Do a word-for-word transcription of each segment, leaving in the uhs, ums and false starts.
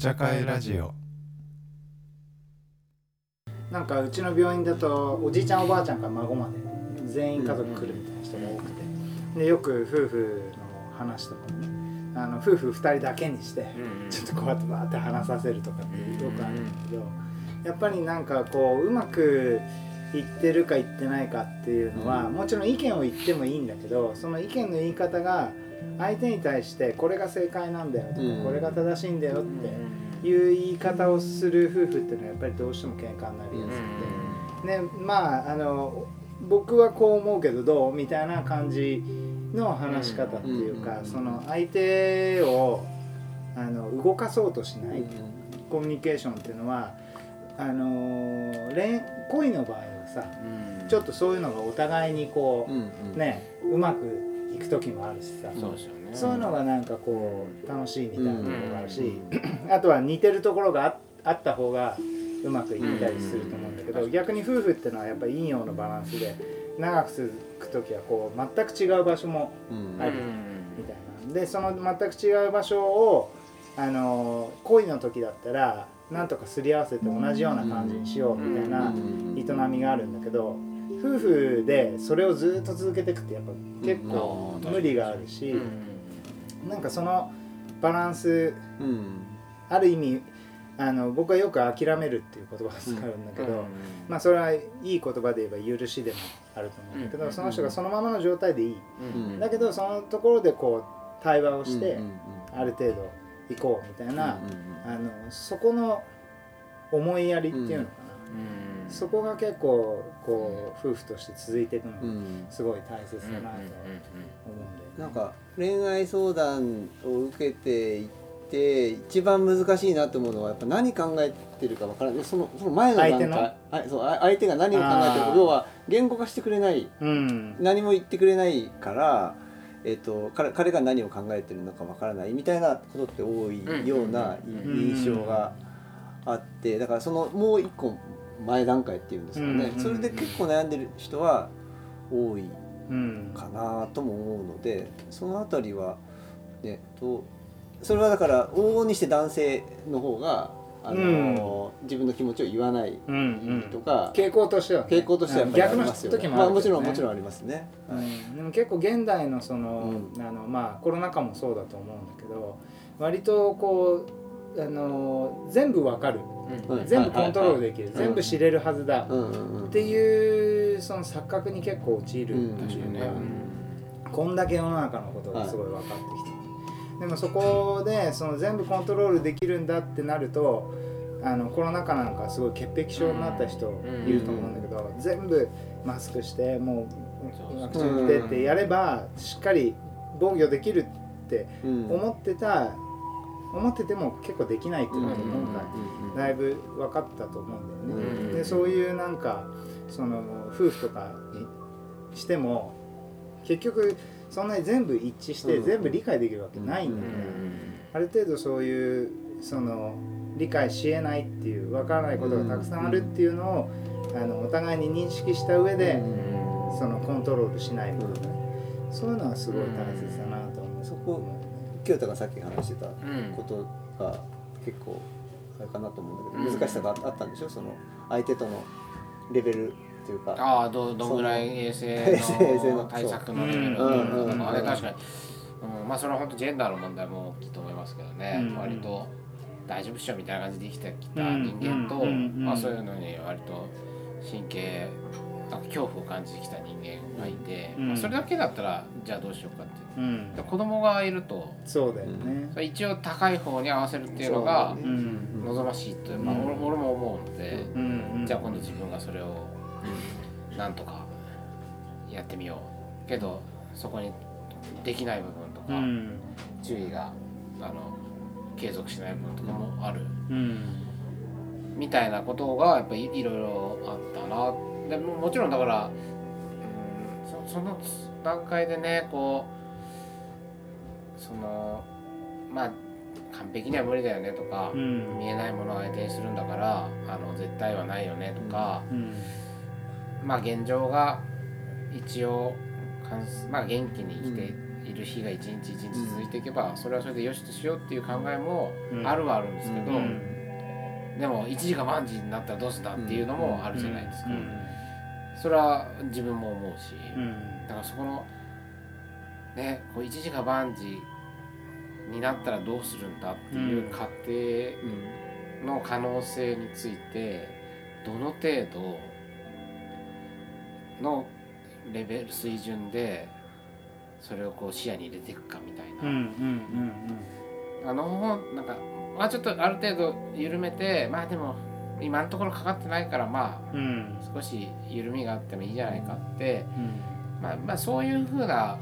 茶会ラジオ。 なんかうちの病院だとおじいちゃんおばあちゃんから孫まで全員家族来るみたいな人が多くて、でよく夫婦の話とかもね、あの夫婦ふたりだけにしてちょっとこうやってバーって話させるとかってよくあるんだけど、やっぱりなんかこううまく言ってるか言ってないかっていうのは、もちろん意見を言ってもいいんだけど、その意見の言い方が相手に対してこれが正解なんだよとか、これが正しいんだよっていう言い方をする夫婦っていうのはやっぱりどうしても喧嘩になりやすくて、ね、まああの僕はこう思うけどどうみたいな感じの話し方っていうか、その相手をあの動かそうとしないコミュニケーションっていうのは、あの恋恋の場合はさ、ちょっとそういうのがお互いにこうね、うまくいく時もあるしさ、そうですよね、そういうのがなんかこう楽しいみたいなところがあるし、あとは似てるところが あ, あった方がうまくいったりすると思うんだけど、逆に夫婦っていうのはやっぱり陰陽のバランスで長く続く時はこう全く違う場所もあるみたいな。でその全く違う場所をあの恋の時だったらなんとかすり合わせて同じような感じにしようみたいな営みがあるんだけど、夫婦でそれをずっと続けていくってやっぱ結構無理があるし、なんかそのバランス、ある意味あの僕はよく諦めるっていう言葉を使うんだけど、まあそれはいい言葉で言えば許しでもあると思うんだけど、その人がそのままの状態でいい、だけどそのところでこう対話をしてある程度行こうみたいな、あのそこの思いやりっていうのかな、そこが結構こう夫婦として続いていくのがすごい大切だなと思うんで、 なんか恋愛相談を受けていって一番難しいなと思うのはやっぱ何考えてるか分からない、そのその前の段階、相手の、そう相手が何を考えてるか、要は言語化してくれない、うん、何も言ってくれないから、えーと、彼, 彼が何を考えてるのか分からないみたいなことって多いような印象があって、だからそのもう一個前段階っていうんですかね、うん、それで結構悩んでる人は多いかなとも思うので、そのあたりはねとそれはだから往々にして男性の方があの、うん、自分の気持ちを言わないとか、うんうん、 傾向としては、ね、 傾向としてはやっぱりありますよね。 逆の時もあるけどね、まあ、 もちろんもちろんありますね、 うんはい、でも結構現代のその、うん、あのまあコロナ禍もそうだと思うんだけど、割とこうあの全部わかる、うん、全部コントロールできる、はいはいはい、全部知れるはずだ、うん、っていうその錯覚に結構陥るっていうか、うん、こんだけ世の中のことがすごい分かってきて、はい、でもそこでその全部コントロールできるんだってなると、あのコロナ禍なんかすごい潔癖症になった人いると思うんだけど、全部マスクしてもうワクチン打ってってやればしっかり防御できるって思ってた、思ってても結構できないっていうのが今回だいぶ分かったと思うんだよね、うん、でそういうなんかその夫婦とかにしても結局そんなに全部一致して全部理解できるわけないんだよね、ある程度そういうその理解しえないっていう分からないことがたくさんあるっていうのをあのお互いに認識した上でそのコントロールしないことね、そういうのはすごい大切だなと思う。 そこ清田がさっき話してたことが結構あれかなと思うんだけど、難しさがあったんでしょ、その相手とのレベルというか、 ああ ど, どんぐらい衛生 の, の対策のレベルとか、あれ確かに、うん、まあそれは本当ジェンダーの問題も大きいと思いますけどね、うん、割と大丈夫っしょみたいな感じで生きてきた人間と、うん、まあそういうのに割と神経なんか恐怖を感じてきた人間がいて、うんまあ、それだけだったらじゃあどうしようかっていう、うん、で子供がいるとそうだよね、 それ一応高い方に合わせるっていうのが望ましいと、まあ、俺, 俺も思うので、うん、じゃあ今度自分がそれをなんとかやってみようけど、そこにできない部分とか、うん、注意があの継続しない部分とかもある、うん、みたいなことがやっぱりいろいろあったな。でももちろんだから、うん、そ, その段階でねこうそのまあ完璧には無理だよねとか、うん、見えないものを相手にするんだからあの絶対はないよねとか、うん、まあ現状が一応、まあ、元気に生きている日が一日一日続いていけばそれはそれでよしとしようっていう考えもあるはあるんですけど、でも一時が万事になったらどうすんだっていうのもあるじゃないですか。それは自分も思うし、だからそこのねこう一時が万事になったらどうするんだっていう過程の可能性についてどの程度のレベル水準でそれをこう視野に入れていくかみたいな、うんうんうんうん、あのなんかまあちょっとある程度緩めてまあでも今のところかかってないからまあ、うん、少し緩みがあってもいいじゃないかって、うん、まあまあそういうふうな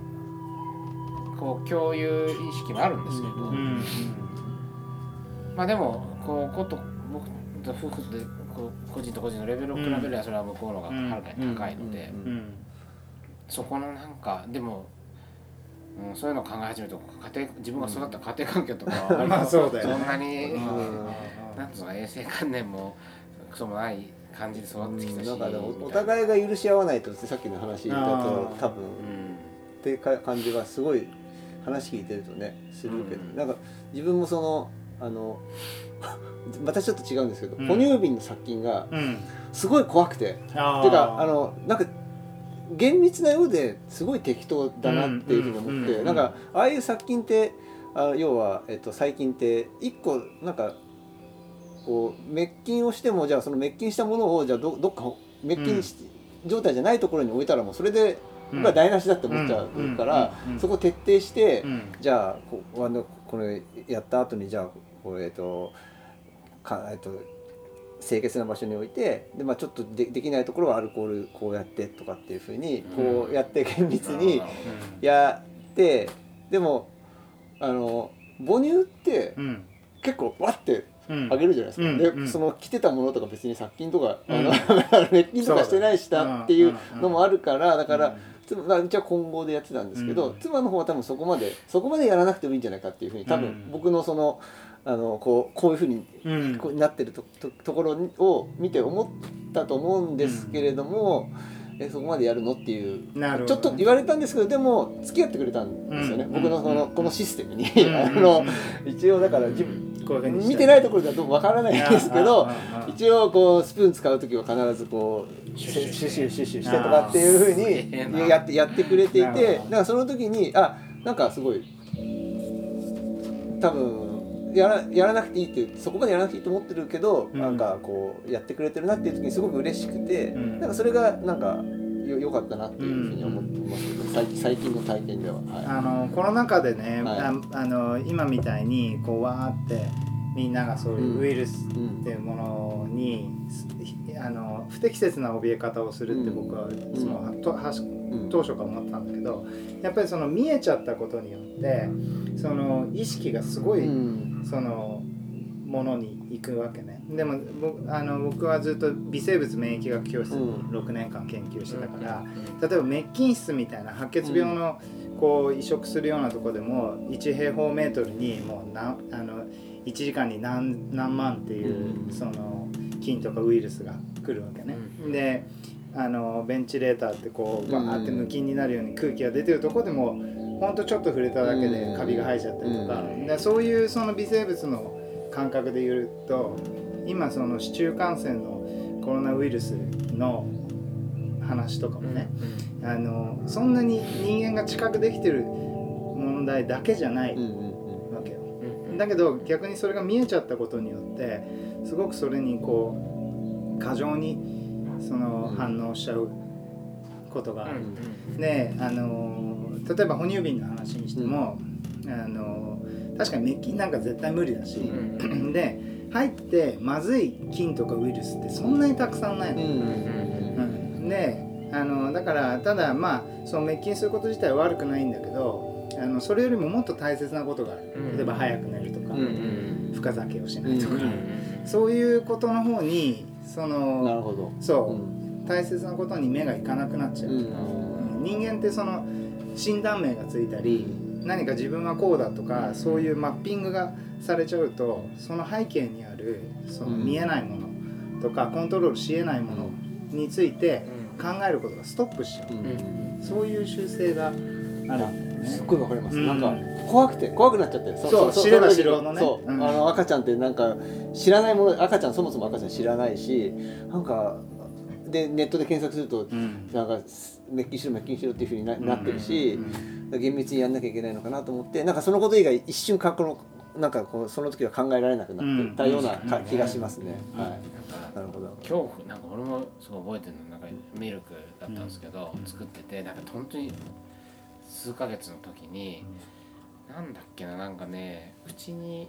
こう共有意識もあるんですけど、うんうん、まあでもこうこと僕と夫婦でこう個人と個人のレベルを比べればそれは向こうの方がはるかに高いので、そこのなんかでも、うん、そういうのを考え始めると家庭自分が育った家庭環境とかは割とそんなに、うん、なんとか衛生観念もクソもない感じで育ってきたし、うん、なんかでもお互いが許し合わないとさっきの話だと多分、うん、って感じがすごい話聞いてるとねするけど、うん、なんか自分もそのあのまたちょっと違うんですけど、うん、哺乳瓶の殺菌がすごい怖くて、うん、ていうかあのなんか厳密なようですごい適当だなっていうふうに思って、うん、なんかああいう殺菌ってあ要は、えっと、細菌って一個なんかこう滅菌をしてもじゃあその滅菌したものをじゃあ ど, どっか滅菌し、うん、状態じゃないところに置いたらもうそれで僕は台無しだって思っちゃうから、うんうん、そこを徹底して、うん、じゃあこあのこれやった後にじゃあこれ、えっとかえっと、清潔な場所に置いてで、まあ、ちょっと で, できないところはアルコールこうやってとかっていうふうにこうやって厳密にやって、うん、でもあの母乳って結構わってあげるじゃないですか、うん、で、うん、その着てたものとか別に殺菌とか、うん、あの滅菌とかしてないしたっていうのもあるからだから、まあ、うちは混合でやってたんですけど、うん、妻の方は多分そこまでそこまでやらなくてもいいんじゃないかっていうふうに多分僕のそのあのこうこういうふうに、うん、こうなってる と, と, ところを見て思ったと思うんですけれども、うん、えそこまでやるのっていうちょっと言われたんですけどでも付き合ってくれたんですよね、うん、僕のそのこのシステムに、うん、あの一応だから自分見てないところではどうもわからないんですけど一応こうスプーン使う時は必ずこうシュッシュッシュッシュッシュしてとかっていうふうにやってやってくれていてだからその時にあなんかすごい多分や ら, やらなくていいってそこまでやらなくていいと思ってるけど、うん、なんかこうやってくれてるなっていう時にすごく嬉しくて、うん、なんかそれがなんかよ良かったなっていうふうに思ってますけど、うん、最, 最近の体験では、はい、 あのコロナ禍でね、はい、ああの今みたいにこうわーってみんながそういうウイルスっていうものに、うん、あの不適切な怯え方をするって僕はいつも、うん、とは当初から思ったんだけどやっぱりその見えちゃったことによってその意識がすごい、うんそのものに行くわけね。でも僕、あの僕はずっと微生物免疫学教室にろくねんかん研究してたから、うん、例えば滅菌室みたいな白血病のこう移植するようなとこでもいち平方メートルにもうなあのいちじかんに 何, 何万っていうその菌とかウイルスが来るわけね。であのベンチレーターってこうバーって無菌になるように空気が出てるとこでもほんとちょっと触れただけでカビが生えちゃったりとか、でそういうその微生物の感覚で言うと今その市中感染のコロナウイルスの話とかもね、あのそんなに人間が知覚できてる問題だけじゃないわけよ。だけど逆にそれが見えちゃったことによってすごくそれにこう過剰にその反応しちゃうことがある。であの例えば哺乳瓶の話にしても、うん、あの確かに滅菌なんか絶対無理だし、うん、で入ってまずい菌とかウイルスってそんなにたくさんないの、うんうん、であのだからただまあその滅菌すること自体は悪くないんだけどあのそれよりももっと大切なことがある、うん、例えば早く寝るとか、うん、深酒をしないとか、うん、そういうことの方にそのなるほどそう、うん、大切なことに目がいかなくなっちゃう、うん、人間ってその診断名がついたり何か自分はこうだとかそういうマッピングがされちゃうとその背景にあるその見えないものとかコントロールしえないものについて考えることがストップしちゃう、うん、そういう習性があるんだよね。 すっごいわかります、 うん、 なんか怖くて怖くなっちゃって、 そうそう知れば知るほどね、 そう、うん、あの赤ちゃんってなんか知らないもの、赤ちゃんそもそも赤ちゃん知らないし、なんかでネットで検索すると、うん、なんか滅菌しろ滅菌しろっていうふうに な,、うん、なってるし、うん、厳密にやんなきゃいけないのかなと思って、なんかそのこと以外一瞬過去のなんかこうその時は考えられなくなってたような気がしますね、うん、はい、なるほど。 恐怖、なんか俺もすごい覚えてるの、なんかミルクだったんですけど、うん、作ってて、なんか本当に数ヶ月の時に、うん、なんだっけな、なんかね、口に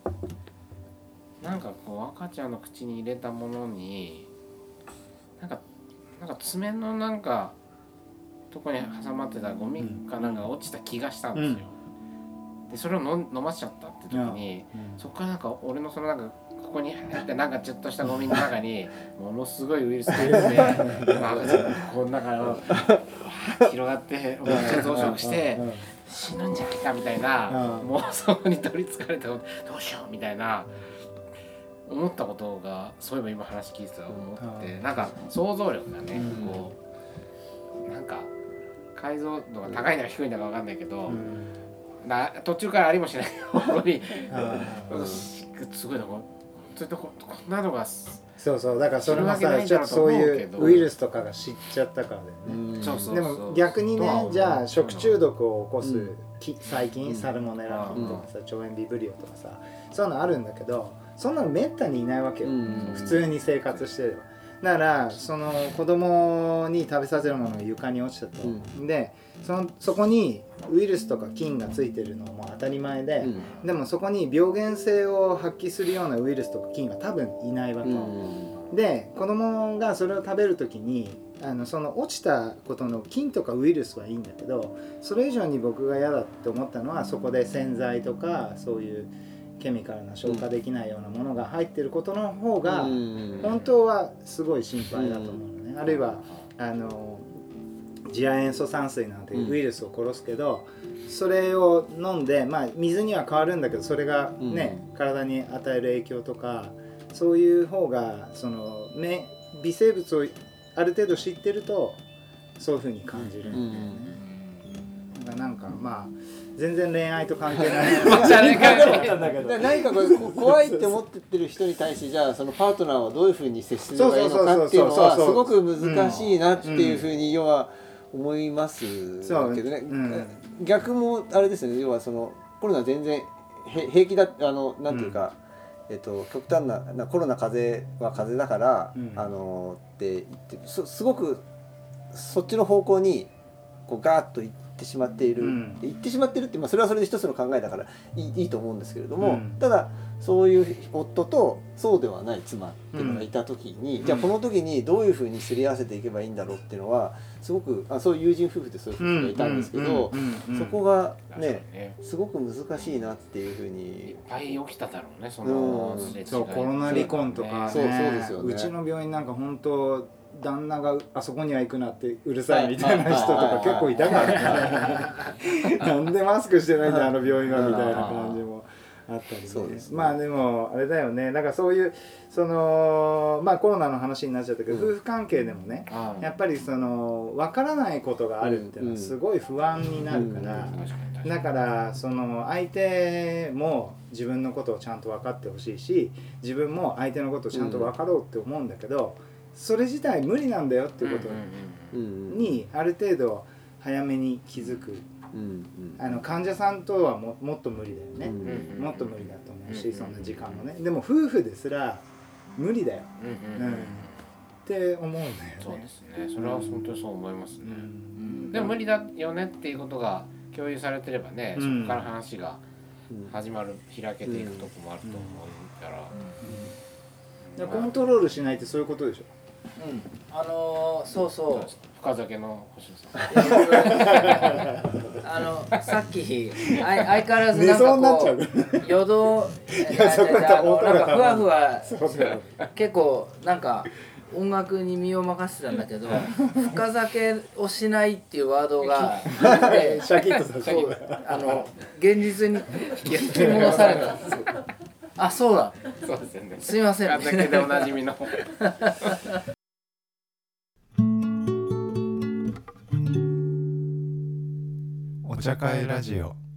なんかこう赤ちゃんの口に入れたものになんかなんか爪のなんかとこに挟まってたゴミかなんかが落ちた気がしたんですよ、うん、でそれを飲ませちゃったって時に、うん、そこからなんか俺のそのなんかここに入ってなんかちょっとしたゴミの中にものすごいウイルスがいてこの中を広がってめっちゃ増殖して死ぬんじゃないかみたいな妄想に取りつかれてどうしようみたいな思ったことが、そういえば今話聞いてたら思って、なんか想像力がね、こうなんか解像度が高いのか低いのか分かんないけど、な途中からありもしない方向にすごいな、それとこんなのがそうそう、だからそれもさ、ちょっとそういうウイルスとかが知っちゃったからだよね。そうそうそう、でも逆にね、じゃあ食中毒を起こす、うん、細菌、サルモネラ菌とかさ、腸炎ビブリオとかさ、そういうのあるんだけど、そんなのめったにいないわけよ、うん、普通に生活してれば。だからその子供に食べさせるものが床に落ちたと、うん、で そ, のそこにウイルスとか菌がついてるのも当たり前で、うん、でもそこに病原性を発揮するようなウイルスとか菌は多分いないわけ、うん、で子供がそれを食べる時にあのその落ちたことの菌とかウイルスはいいんだけど、それ以上に僕が嫌だって思ったのは、そこで洗剤とかそういうケミカルな消化できないようなものが入ってることの方が本当はすごい心配だと思うのね。あるいはあの次亜塩素酸水なんてウイルスを殺すけど、それを飲んで、まあ水には変わるんだけど、それがね体に与える影響とか、そういう方がその微生物をある程度知ってるとそういう風に感じるんだよね。だからなんかまあ全然恋愛と関係ない何かこれ怖いって思ってってる人に対してじゃあそのパートナーはどういうふうに接すればいいのかっていうのはすごく難しいなっていうふうに要は思いますけどね、うん、逆もあれですよね。要はそのコロナ全然平気だ、あのなんていうか、うん、えっと極端な、なコロナ風邪は風邪だから、うん、あのって言ってすごくそっちの方向にこうガーッといってってしまっている、うん、言ってしまってるって、まあ、それはそれで一つの考えだからいい、いいと思うんですけれども、うん、ただそういう夫とそうではない妻っていうのがいた時に、うん、じゃあこの時にどういうふうにすり合わせていけばいいんだろうっていうのはすごく、あ、そういう友人夫婦でそういう夫婦がいたんですけど、そこがねすごく難しいなっていうふうにいっぱい起きただろうね、そのすれ違い、 そうコロナ離婚とかね、 そうそうですよね。 うちの病院なんか本当旦那があそこには行くなってうるさいみたいな人とか結構いたからねなんでマスクしてないんだあの病院はみたいな感じもあったりね。そうですね。まあでもあれだよね、だからそういうそのまあコロナの話になっちゃったけど、うん、夫婦関係でもね、うん、やっぱりその分からないことがあるっていうのはすごい不安になるから、うん、だからその相手も自分のことをちゃんと分かってほしいし、自分も相手のことをちゃんと分かろうって思うんだけど、それ自体無理なんだよっていうことにある程度早めに気づく、うんうん、あの患者さんとは も, もっと無理だよね、うんうん、もっと無理だと思うし、そんな時間もね。でも夫婦ですら無理だよ、うんうんうん、って思うんだよね。 そうですね、それは本当にそう思いますね、うん、でも無理だよねっていうことが共有されてればね、うん、そこから話が始まる、開けていくとこもあると思うから、 うんうん、コントロールしないってそういうことでしょ。 うん、あのー、そうそう、 深酒の星野さんあのさっき相相変わらずなんかこう夜通なんかふわふわ結構なんか音楽に身を任せてたんだけど深酒をしないっていうワードがシャキッとさせてあの現実に引き戻されたんですよ。あ、そうだ。 そうですよね。 すみません。 深酒でおなじみのおお茶会ラジオ。